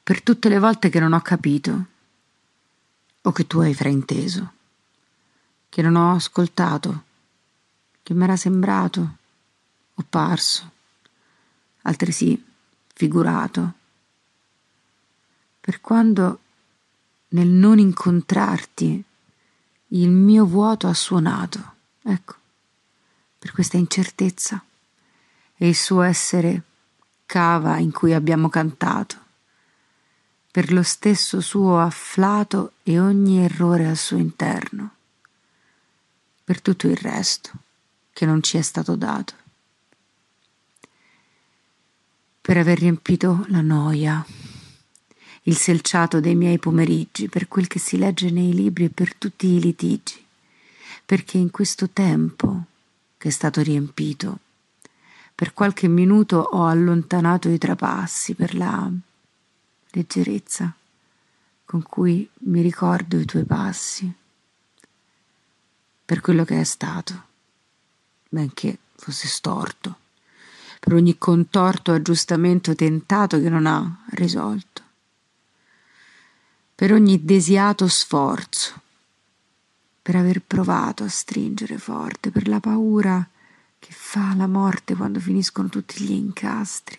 per tutte le volte che non ho capito, o che tu hai frainteso, che non ho ascoltato, che m'era sembrato o parso, altresì figurato, per quando nel non incontrarti il mio vuoto ha suonato, ecco, per questa incertezza e il suo essere cava in cui abbiamo cantato, per lo stesso suo afflato e ogni errore al suo interno, per tutto il resto che non ci è stato dato, per aver riempito la noia, il selciato dei miei pomeriggi, per quel che si legge nei libri e per tutti i litigi, perché in questo tempo che è stato riempito, per qualche minuto ho allontanato i trapassi, per la leggerezza con cui mi ricordo i tuoi passi, per quello che è stato, benché fosse storto, per ogni contorto aggiustamento tentato che non ha risolto, per ogni desiato sforzo, per aver provato a stringere forte, per la paura che fa la morte quando finiscono tutti gli incastri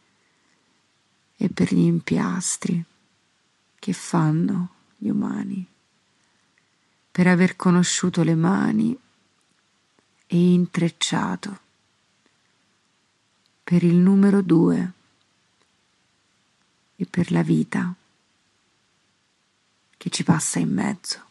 e per gli impiastri che fanno gli umani, per aver conosciuto le mani e intrecciato, per il numero 2 e per la vita che ci passa in mezzo.